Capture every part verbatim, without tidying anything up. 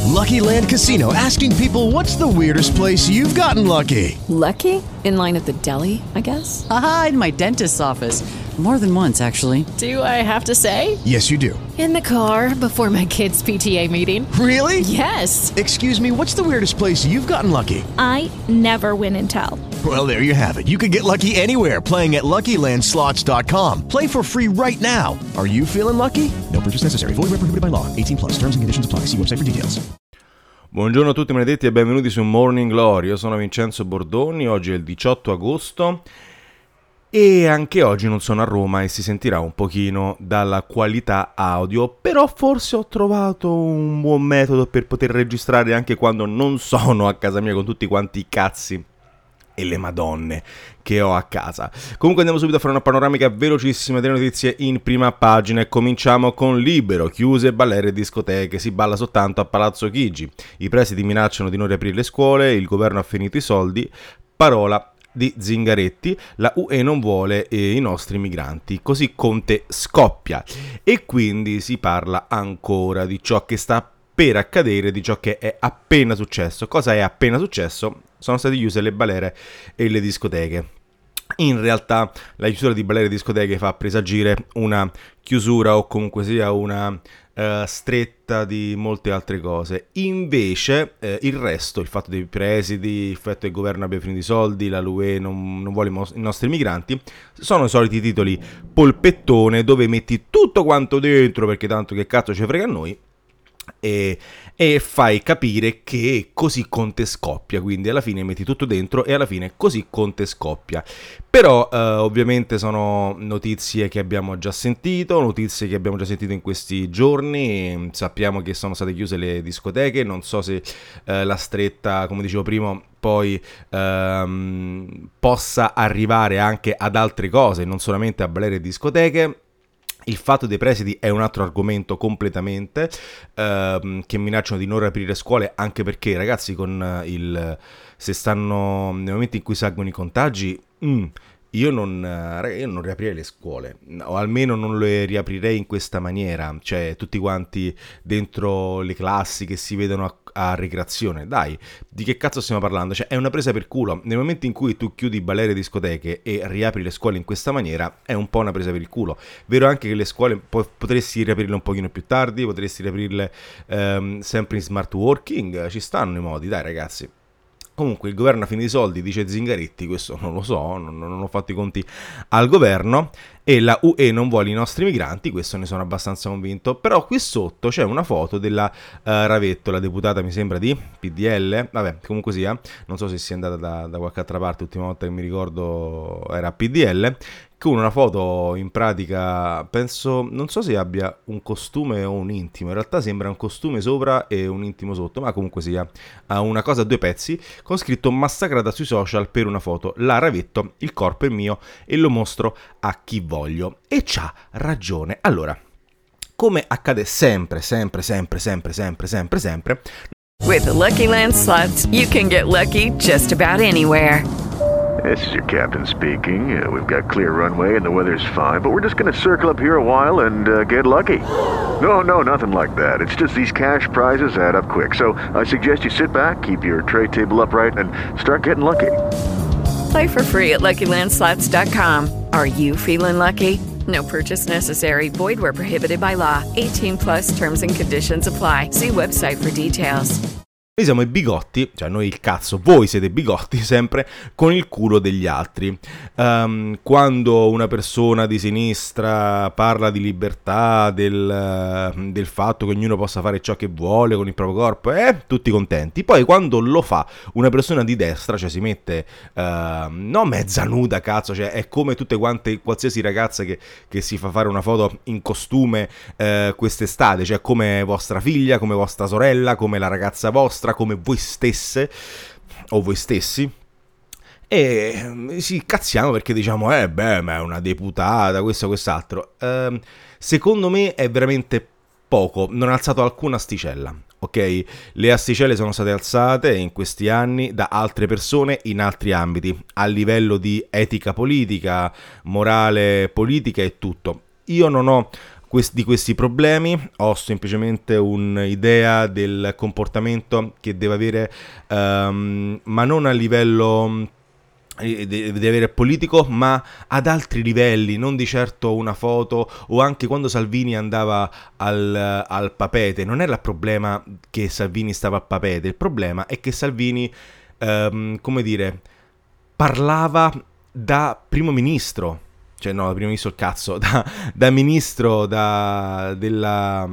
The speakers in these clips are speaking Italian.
Lucky Land Casino, asking people, what's the weirdest place you've gotten lucky? Lucky? In line at the deli, I guess? Aha, in my dentist's office. More than once, actually. Do I have to say? Yes, you do. In the car before my kids' P T A meeting. Really? Yes. Excuse me, what's the weirdest place you've gotten lucky? I never win and tell. Well, there you have it. You can get lucky anywhere, playing at Lucky Land Slots dot com. Play for free right now. Are you feeling lucky? No purchase necessary. Void where prohibited by law. eighteen plus. Terms and conditions apply. See website for details. Buongiorno a tutti maledetti e benvenuti su Morning Glory. Io sono Vincenzo Bordoni, oggi è il diciotto agosto e anche oggi non sono a Roma e si sentirà un pochino dalla qualità audio, però forse ho trovato un buon metodo per poter registrare anche quando non sono a casa mia con tutti quanti i cazzi e le madonne che ho a casa. Comunque andiamo subito a fare una panoramica velocissima delle notizie in prima pagina e cominciamo con Libero. Chiuse balere e discoteche, si balla soltanto a Palazzo Chigi. I presidi minacciano di non riaprire le scuole, il governo ha finito i soldi, parola di Zingaretti, la U E non vuole eh, i nostri migranti, così Conte scoppia. E quindi si parla ancora di ciò che sta per accadere, di ciò che è appena successo. Cosa è appena successo? Sono state chiuse le balere e le discoteche. In realtà la chiusura di balere e discoteche fa presagire una chiusura o comunque sia una uh, stretta di molte altre cose. Invece eh, il resto, il fatto dei presidi, il fatto che il governo abbia finito i soldi, la U E non, non vuole i, mos- i nostri migranti, sono i soliti titoli polpettone dove metti tutto quanto dentro perché tanto che cazzo ci frega a noi. E, e fai capire che così Conte scoppia, quindi alla fine metti tutto dentro e alla fine così Conte scoppia. Però eh, ovviamente sono notizie che abbiamo già sentito, notizie che abbiamo già sentito in questi giorni. Sappiamo che sono state chiuse le discoteche, non so se eh, la stretta, come dicevo prima, poi ehm, possa arrivare anche ad altre cose, non solamente a balere e discoteche. Il fatto dei presidi è un altro argomento completamente, ehm, che minacciano di non riaprire scuole, anche perché ragazzi con il se stanno nel momento in cui salgono i contagi, mm, io non, io non riaprirei le scuole, o almeno non le riaprirei in questa maniera, cioè tutti quanti dentro le classi che si vedono a, a ricreazione. Dai, di che cazzo stiamo parlando? Cioè è una presa per culo. Nel momento in cui tu chiudi balere e discoteche e riapri le scuole in questa maniera è un po' una presa per il culo. Vero anche che le scuole po- potresti riaprirle un pochino più tardi, potresti riaprirle ehm, sempre in smart working, ci stanno i modi, dai ragazzi. Comunque il governo ha finito i soldi, dice Zingaretti, questo non lo so, non, non ho fatto i conti al governo, e la U E non vuole i nostri migranti, questo ne sono abbastanza convinto. Però qui sotto c'è una foto della uh, Ravetto, la deputata mi sembra di P D L, vabbè comunque sia, non so se sia andata da, da qualche altra parte, l'ultima volta che mi ricordo era P D L, con una foto in pratica, penso, non so se abbia un costume o un intimo, in realtà sembra un costume sopra e un intimo sotto, ma comunque sia ha una cosa a due pezzi, con scritto massacrata sui social per una foto, la Ravetto, il corpo è mio e lo mostro a chi voglio. E c'ha ragione. Allora, come accade sempre, sempre, sempre, sempre, sempre, sempre, sempre, With the Lucky Land Slots, you can get lucky just about anywhere. This is your captain speaking. Uh, we've got clear runway and the weather's fine, but we're just going to circle up here a while and uh, get lucky. No, no, nothing like that. It's just these cash prizes add up quick. So I suggest you sit back, keep your tray table upright, and start getting lucky. Play for free at Lucky Land Slots dot com. Are you feeling lucky? No purchase necessary. Void where prohibited by law. eighteen plus terms and conditions apply. See website for details. Noi siamo i bigotti, cioè noi il cazzo, voi siete bigotti sempre con il culo degli altri. Um, quando una persona di sinistra parla di libertà, del, del fatto che ognuno possa fare ciò che vuole con il proprio corpo, eh, tutti contenti. Poi quando lo fa una persona di destra, cioè si mette, uh, no mezza nuda, cazzo, cioè è come tutte quante, qualsiasi ragazza che, che si fa fare una foto in costume uh, quest'estate, cioè come vostra figlia, come vostra sorella, come la ragazza vostra, come voi stesse o voi stessi, e si cazziamo perché diciamo eh beh ma è una deputata, questo quest'altro. Eh, secondo me è veramente poco, non ha alzato alcuna asticella, ok? Le asticelle sono state alzate in questi anni da altre persone in altri ambiti, a livello di etica politica, morale politica e tutto. Io non ho di questi problemi, ho semplicemente un'idea del comportamento che deve avere, um, ma non a livello di avere politico, ma ad altri livelli, non di certo una foto, o anche quando Salvini andava al, al Papete. Non era il problema che Salvini stava al Papete, il problema è che Salvini, um, come dire, parlava da primo ministro. Cioè no, da primo ministro il cazzo, da, da ministro da, della,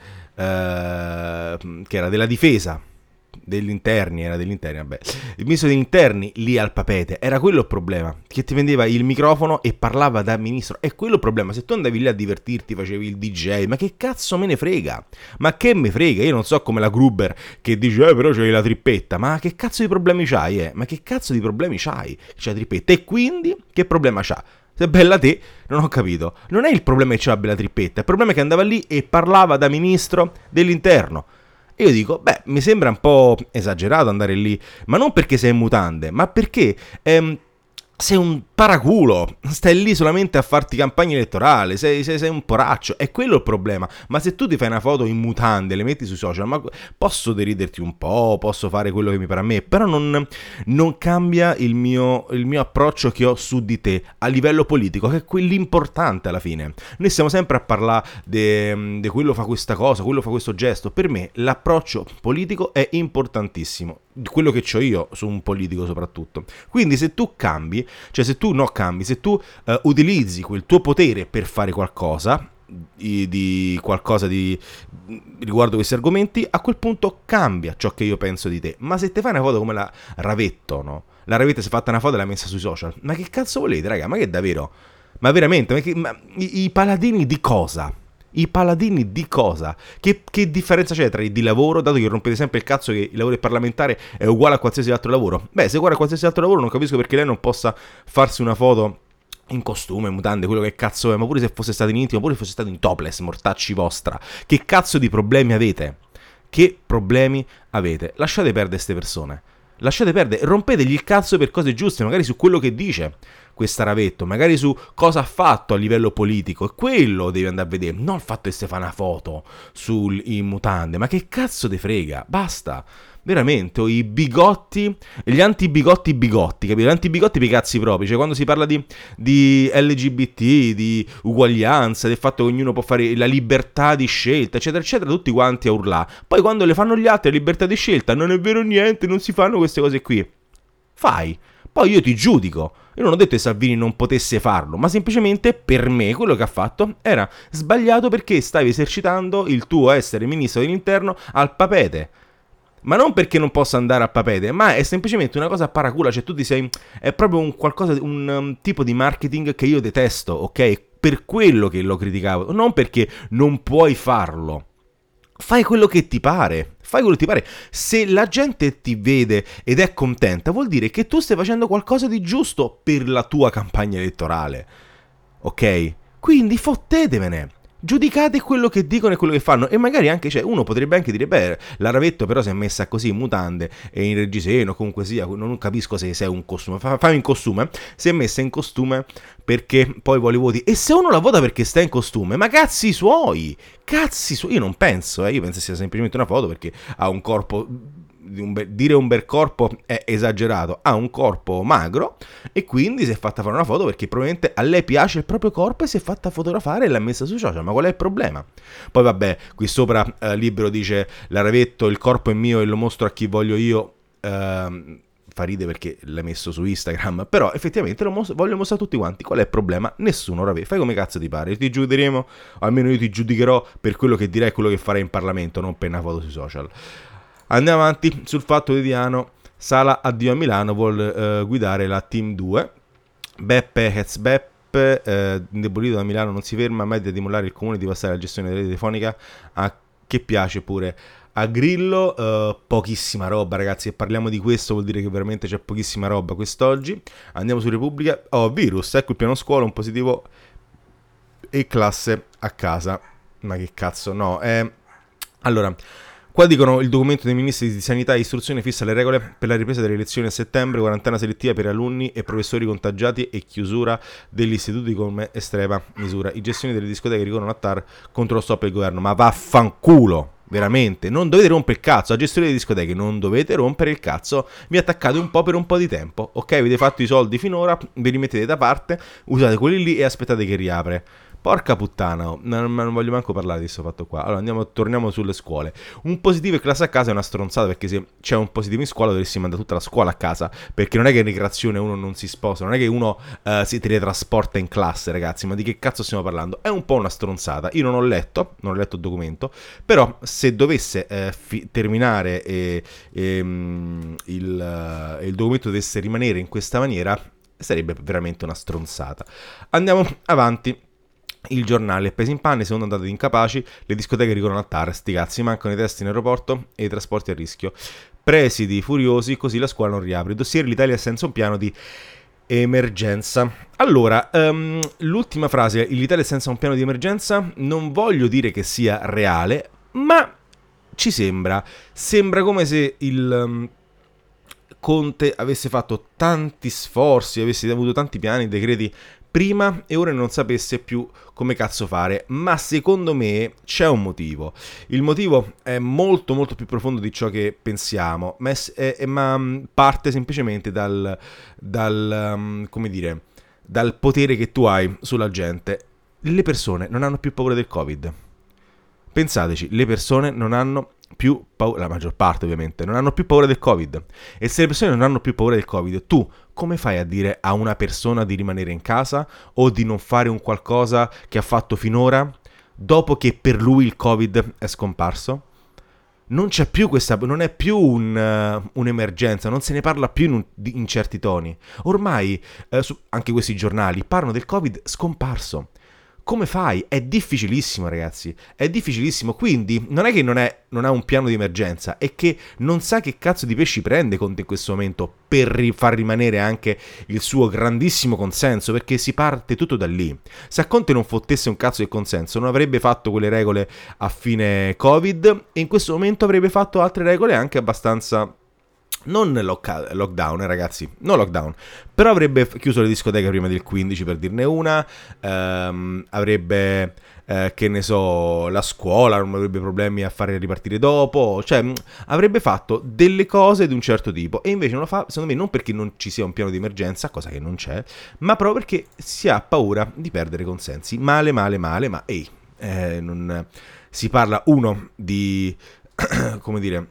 eh, che era della difesa, degli interni, era degli interni, vabbè, il ministro degli interni lì al Papete, era quello il problema, che ti vendeva il microfono e parlava da ministro, è quello il problema. Se tu andavi lì a divertirti, facevi il D J, ma che cazzo me ne frega, ma che me frega, io non so come la Gruber che dice, eh però c'hai la trippetta, ma che cazzo di problemi c'hai, eh, ma che cazzo di problemi c'hai, c'è la trippetta, e quindi che problema c'ha? Se è bella te, non ho capito. Non è il problema che c'ha bella trippetta, il problema è che andava lì e parlava da ministro dell'interno. E io dico, beh, mi sembra un po' esagerato andare lì, ma non perché sei in mutande, ma perché ehm, sei un paraculo, stai lì solamente a farti campagna elettorale, sei, sei, sei un poraccio, è quello il problema. Ma se tu ti fai una foto in mutande e le metti sui social, ma posso deriderti un po', posso fare quello che mi pare a me, però non, non cambia il mio, il mio approccio che ho su di te a livello politico, che è quell'importante alla fine. Noi stiamo sempre a parlare di quello fa questa cosa, quello fa questo gesto. Per me l'approccio politico è importantissimo, quello che c'ho io su un politico soprattutto. Quindi se tu cambi, cioè se tu no cambi, se tu uh, utilizzi quel tuo potere per fare qualcosa di, di qualcosa di riguardo questi argomenti, a quel punto cambia ciò che io penso di te. Ma se te fai una foto come la Ravetto, no? La Ravetto si è fatta una foto e l'ha messa sui social. Ma che cazzo volete, raga? Ma che davvero? Ma veramente? Ma, che, ma i, i paladini di cosa? I paladini di cosa? Che, che differenza c'è tra i di lavoro, dato che rompete sempre il cazzo che il lavoro parlamentare è uguale a qualsiasi altro lavoro? Beh, se è uguale a qualsiasi altro lavoro non capisco perché lei non possa farsi una foto in costume, mutande, quello che cazzo è, ma pure se fosse stato in intimo, pure se fosse stato in topless, mortacci vostra. Che cazzo di problemi avete? Che problemi avete? Lasciate perdere queste persone. Lasciate perdere, rompetegli il cazzo per cose giuste, magari su quello che dice questa Ravetto, magari su cosa ha fatto a livello politico, e quello devi andare a vedere, non il fatto che si fa una foto sul, in mutande. Ma che cazzo te frega, basta, veramente. O i bigotti, gli antibigotti bigotti, capito? Gli antibigotti per i cazzi propri, cioè quando si parla di, di L G B T, di uguaglianza, del fatto che ognuno può fare la libertà di scelta, eccetera eccetera, tutti quanti a urlare. Poi quando le fanno gli altri la libertà di scelta, non è vero niente, non si fanno queste cose qui. Fai, poi io ti giudico. Io non ho detto che Salvini non potesse farlo, ma semplicemente per me quello che ha fatto era sbagliato, perché stavi esercitando il tuo essere ministro dell'interno al Papete. Ma non perché non possa andare al Papete, ma è semplicemente una cosa paracula, cioè tu ti sei, è proprio un qualcosa, un um, tipo di marketing che io detesto, ok? Per quello che lo criticavo, non perché non puoi farlo. Fai quello che ti pare, fai quello che ti pare. Se la gente ti vede ed è contenta, vuol dire che tu stai facendo qualcosa di giusto per la tua campagna elettorale, ok? Quindi fottetevene. Giudicate quello che dicono e quello che fanno. E magari anche, cioè, uno potrebbe anche dire, beh, la Ravetto però si è messa così in mutande e in reggiseno, comunque sia, non capisco se sei un costume, fammi in costume, si è messa in costume perché poi vuole i voti. E se uno la vota perché sta in costume, ma cazzi suoi, cazzi suoi, io non penso, eh, io penso sia semplicemente una foto perché ha un corpo, un be- dire un bel corpo è esagerato, ha un corpo magro e quindi si è fatta fare una foto perché probabilmente a lei piace il proprio corpo e si è fatta fotografare e l'ha messa sui social. Ma qual è il problema? Poi vabbè, qui sopra eh, Libero dice la Ravetto, il corpo è mio e lo mostro a chi voglio io, eh, fa ride perché l'ha messo su Instagram, però effettivamente lo mos- voglio mostrare a tutti quanti. Qual è il problema? Nessuno, Ravetto, fai come cazzo ti pare, ti giudicheremo, o almeno io ti giudicherò per quello che dirai e quello che farai in Parlamento, non per una foto sui social. Andiamo avanti sul fatto quotidiano. Sala addio a Milano, vuol eh, guidare la Team due. Beppe Hez Beppe, eh, indebolito da Milano, non si ferma mai di mollare il comune di passare alla gestione della telefonica, a che piace pure a Grillo. Eh, pochissima roba, ragazzi, e parliamo di questo vuol dire che veramente c'è pochissima roba quest'oggi. Andiamo su Repubblica. Oh, virus, ecco il piano scuola, un positivo e classe a casa. Ma che cazzo, no, eh... Allora, Qua dicono il documento dei ministri di sanità e istruzione fissa le regole per la ripresa delle lezioni a settembre, quarantena selettiva per alunni e professori contagiati e chiusura degli istituti come estrema misura. I gestori delle discoteche ricorrono a T A R contro lo stop del governo. Ma vaffanculo! Veramente, non dovete rompere il cazzo. A gestione delle discoteche non dovete rompere il cazzo. Vi attaccate un po' per un po' di tempo, ok? Avete fatto i soldi finora, ve li mettete da parte, usate quelli lì e aspettate che riapre. Porca puttana, oh. non, non voglio manco parlare di questo fatto qua. Allora andiamo, torniamo sulle scuole. Un positivo in classe a casa è una stronzata, perché se c'è un positivo in scuola dovresti mandare tutta la scuola a casa, perché non è che in ricreazione uno non si sposa, non è che uno uh, si teletrasporta in classe, ragazzi. Ma di che cazzo stiamo parlando? È un po' una stronzata. Io non ho letto, non ho letto il documento, però se dovesse eh, fi- terminare e, e, um, il, uh, il documento dovesse rimanere in questa maniera, sarebbe veramente una stronzata. Andiamo avanti. Il giornale, paese in panne, seconda ondata di incapaci, le discoteche ricorrono a T A R, sti cazzi, mancano i test in aeroporto e i trasporti a rischio. Presidi furiosi, così la scuola non riapre. Dossier, l'Italia senza un piano di emergenza. Allora, um, l'ultima frase, l'Italia senza un piano di emergenza, non voglio dire che sia reale, ma ci sembra. Sembra come se il um, Conte avesse fatto tanti sforzi, avesse avuto tanti piani, decreti prima e ora non sapesse più come cazzo fare, ma secondo me c'è un motivo. Il motivo è molto molto più profondo di ciò che pensiamo, ma, è, è, ma parte semplicemente dal, dal, um, come dire, dal potere che tu hai sulla gente. Le persone non hanno più paura del Covid. Pensateci, le persone non hanno più paura, la maggior parte ovviamente, non hanno più paura del Covid. E se le persone non hanno più paura del Covid, tu come fai a dire a una persona di rimanere in casa o di non fare un qualcosa che ha fatto finora dopo che per lui il Covid è scomparso? Non c'è più questa, non è più un, uh, un'emergenza, non se ne parla più in, un, in certi toni. Ormai uh, su, anche questi giornali parlano del Covid scomparso. Come fai? È difficilissimo, ragazzi, è difficilissimo, quindi non è che non, è, non ha un piano di emergenza, è che non sa che cazzo di pesci prende Conte in questo momento per ri- far rimanere anche il suo grandissimo consenso, perché si parte tutto da lì. Se a Conte non fottesse un cazzo di consenso non avrebbe fatto quelle regole a fine Covid e in questo momento avrebbe fatto altre regole anche abbastanza... Non lock- lockdown, eh, ragazzi, no lockdown, però avrebbe chiuso le discoteche prima del quindici, per dirne una, ehm, avrebbe, eh, che ne so, la scuola non avrebbe problemi a fare ripartire dopo, cioè mh, avrebbe fatto delle cose di un certo tipo e invece non lo fa, secondo me, non perché non ci sia un piano di emergenza, cosa che non c'è, ma proprio perché si ha paura di perdere consensi, male, male, male, ma ehi, eh, non si parla uno di, come dire...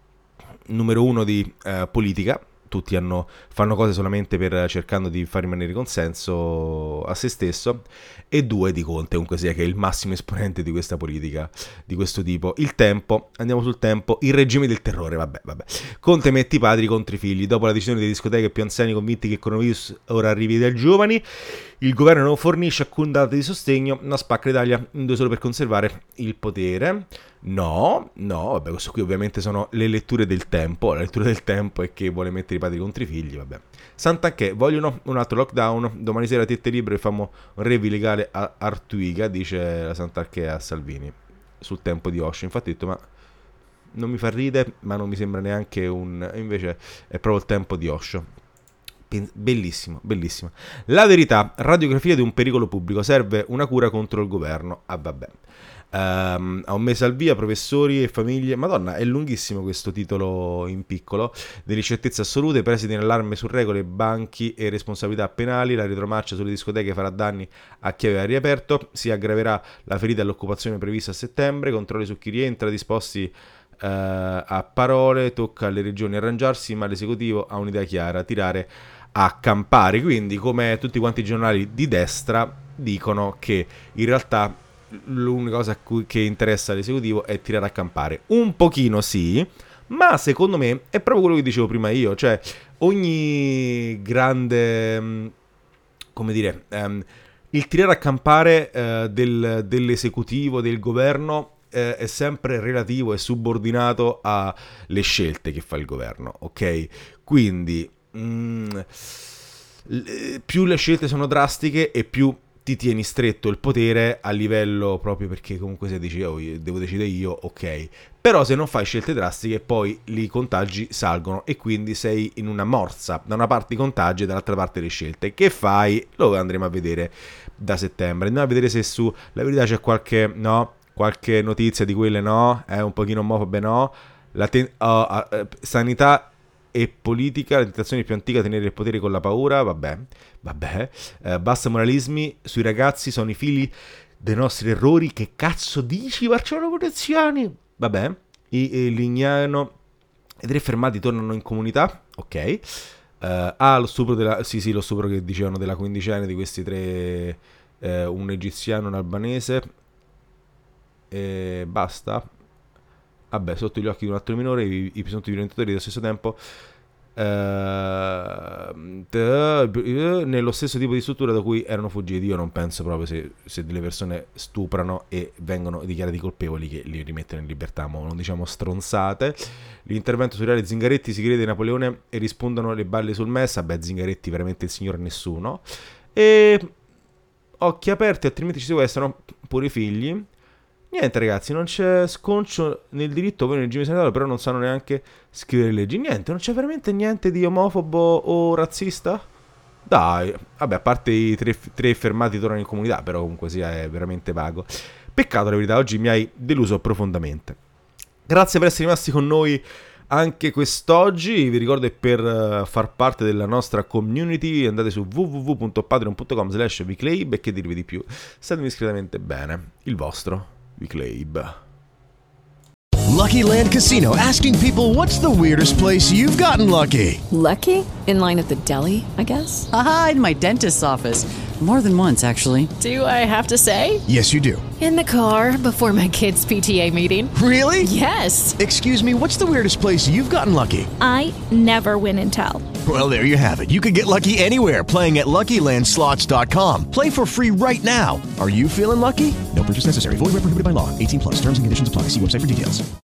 numero uno di eh, politica, tutti hanno, fanno cose solamente per cercando di far rimanere consenso a se stesso, e due di Conte, comunque sia, che è il massimo esponente di questa politica di questo tipo. Il tempo, andiamo sul tempo, il regime del terrore, vabbè, vabbè. Conte mette i padri contro i figli, dopo la decisione delle discoteche più anziani convinti che il coronavirus ora arrivi dai giovani, il governo non fornisce alcun dato di sostegno, ma spacca l'Italia in due solo per conservare il potere. No, no, vabbè, questo qui ovviamente sono le letture del tempo. La lettura del tempo è che vuole mettere i padri contro i figli, vabbè. Sant'Anché, vogliono un altro lockdown, domani sera tette libere e famo un revi legale a Artuiga, dice la Sant'Anché a Salvini, sul tempo di Osho. Infatti ho detto, ma non mi fa ridere, ma non mi sembra neanche un... invece è proprio il tempo di Osho. Bellissimo, bellissimo. La verità, radiografia di un pericolo pubblico, serve una cura contro il governo. Ah vabbè. Um, a un mese al via, professori e famiglie. Madonna, è lunghissimo questo titolo in piccolo. Delle incertezze assolute, presidi in allarme su regole, banchi e responsabilità penali. La retromarcia sulle discoteche farà danni a chi aveva riaperto. Si aggraverà la ferita all'occupazione prevista a settembre. Controlli su chi rientra disposti uh, a parole. Tocca alle regioni arrangiarsi, ma l'esecutivo ha un'idea chiara: tirare a campare. Quindi, come tutti quanti i giornali di destra dicono che in realtà l'unica cosa che interessa all'esecutivo è tirare a campare. Un pochino sì, ma secondo me è proprio quello che dicevo prima io, cioè ogni grande, come dire, um, il tirare a campare uh, del, dell'esecutivo, del governo, uh, è sempre relativo e subordinato alle scelte che fa il governo, ok? Quindi mm, più le scelte sono drastiche e più ti tieni stretto il potere a livello proprio perché comunque se dici oh, devo decidere io, ok. Però se non fai scelte drastiche poi i contagi salgono e quindi sei in una morsa, da una parte i contagi e dall'altra parte le scelte. Che fai? Lo andremo a vedere da settembre. Andiamo a vedere se su La Verità c'è qualche, no, qualche notizia di quelle, no, è un pochino omofobe, no. La ten- oh, uh, sanità e politica, la tentazione più antica, tenere il potere con la paura, vabbè, vabbè, eh, basta moralismi, sui ragazzi sono i figli dei nostri errori, che cazzo dici, Marcello Coneziani? Vabbè, i, i Lignano, i tre fermati tornano in comunità, ok, uh, ah, lo stupro della, sì sì, lo stupro che dicevano della quindicenne di questi tre, eh, un egiziano, un albanese, e basta. Vabbè, sotto gli occhi di un altro minore, i, i presunti violentatori allo stesso tempo, eh, nello stesso tipo di struttura da cui erano fuggiti. Io non penso proprio se, se delle persone stuprano e vengono dichiarati colpevoli che li rimettono in libertà, ma non diciamo stronzate. L'intervento sui reali Zingaretti, si crede Napoleone e rispondono le balle sul M E S. Vabbè, Zingaretti veramente il signor nessuno. E occhi aperti, altrimenti ci sequestrano pure i figli. Niente ragazzi, non c'è sconcio nel diritto, poi nel regime sanitario, però non sanno neanche scrivere leggi. Niente, non c'è veramente niente di omofobo o razzista? Dai, vabbè, a parte i tre, tre fermati tornano in comunità, però comunque sia è veramente vago. Peccato, la verità, oggi mi hai deluso profondamente. Grazie per essere rimasti con noi anche quest'oggi. Vi ricordo che per far parte della nostra community andate su w w w punto patreon punto com slash viclaib e che dirvi di più, statemi discretamente bene. Il vostro Viclaib. Lucky Land Casino, asking people, what's the weirdest place you've gotten lucky? Lucky? In line at the deli, I guess? Aha, in my dentist's office. More than once, actually. Do I have to say? Yes, you do. In the car before my kids' P T A meeting. Really? Yes. Excuse me, what's the weirdest place you've gotten lucky? I never win and tell. Well, there you have it. You can get lucky anywhere, playing at Lucky Land Slots dot com. Play for free right now. Are you feeling lucky? No purchase necessary. Void where prohibited by law. eighteen plus. Terms and conditions apply. See website for details.